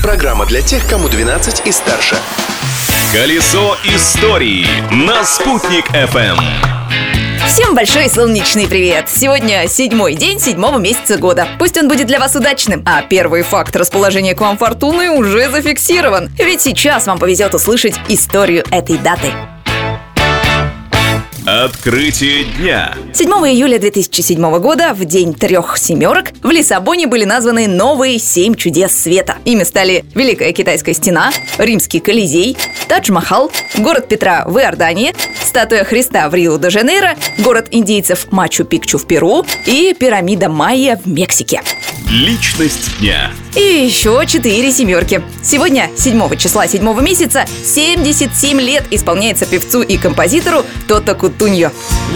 Программа для тех, кому 12 и старше. Колесо истории на Спутник FM. Всем большой солнечный привет! Сегодня 7-й день 7-го месяца года. Пусть он будет для вас удачным, а первый факт расположения к вам фортуны уже зафиксирован. Ведь сейчас вам повезет услышать историю этой даты. Открытие дня. 7 июля 2007 года, в день 3 семерок, в Лиссабоне были названы новые 7 чудес света. Ими стали Великая Китайская стена, Римский Колизей, Тадж-Махал, город Петра в Иордании, статуя Христа в Рио-де-Жанейро, город индейцев Мачу-Пикчу в Перу и пирамида Майя в Мексике. Личность дня. И еще 4 семерки. Сегодня, 7 числа 7 месяца, 77 лет исполняется певцу и композитору Тото Кутуньо.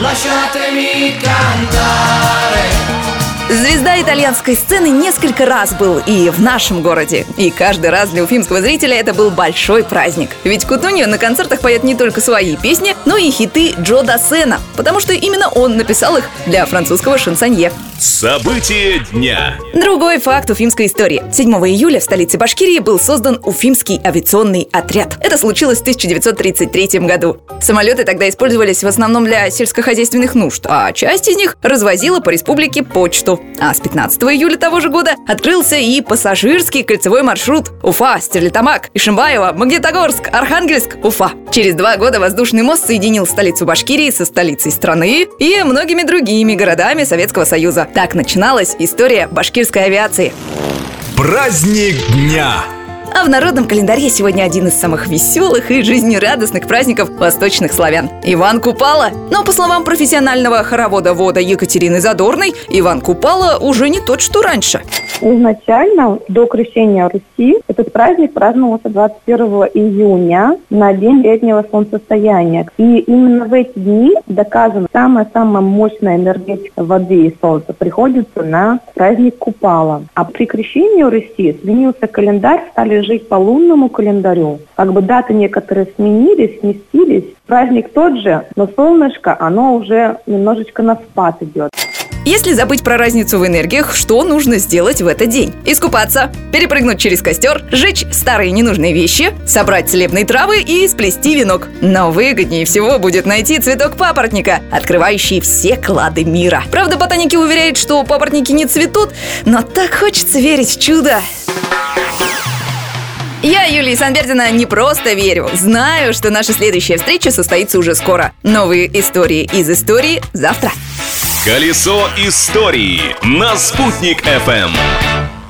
Звезда итальянской сцены несколько раз был и в нашем городе. И каждый раз для уфимского зрителя это был большой праздник. Ведь Кутуньо на концертах поет не только свои песни, но и хиты Джо Дассена, потому что именно он написал их для французского шансонье. События дня. Другой факт уфимской истории. 7 июля в столице Башкирии был создан Уфимский авиационный отряд. Это случилось в 1933 году. Самолеты тогда использовались в основном для сельскохозяйственных нужд, а часть из них развозила по республике почту. А с 15 июля того же года открылся и пассажирский кольцевой маршрут Уфа, Стерлитамак, Ишимбаево, Магнитогорск, Архангельск, Уфа. Через 2 года воздушный мост соединил столицу Башкирии со столицей страны и многими другими городами Советского Союза. Так начиналась история башкирской авиации. Праздник дня. А в народном календаре сегодня один из самых веселых и жизнерадостных праздников восточных славян – Иван Купала. Но, по словам профессионального хоровода Екатерины Задорной, Иван Купала уже не тот, что раньше. Изначально, до крещения Руси, этот праздник праздновался 21 июня на день летнего солнцестояния. И именно в эти дни доказано, самая мощная энергетика воды и солнца приходится на праздник Купала. А при крещении Руси сменился календарь, стали жить по лунному календарю. Как бы даты некоторые сменились, сместились. Праздник тот же, но солнышко, оно уже немножечко на спад идет. Если забыть про разницу в энергиях, что нужно сделать в этот день? Искупаться, перепрыгнуть через костер, сжечь старые ненужные вещи, собрать целебные травы и сплести венок. Но выгоднее всего будет найти цветок папоротника, открывающий все клады мира. Правда, ботаники уверяют, что папоротники не цветут, но так хочется верить в чудо. Я, Юлия Санбердина, не просто верю. Знаю, что наша следующая встреча состоится уже скоро. Новые истории из истории завтра. Колесо истории на Спутник FM.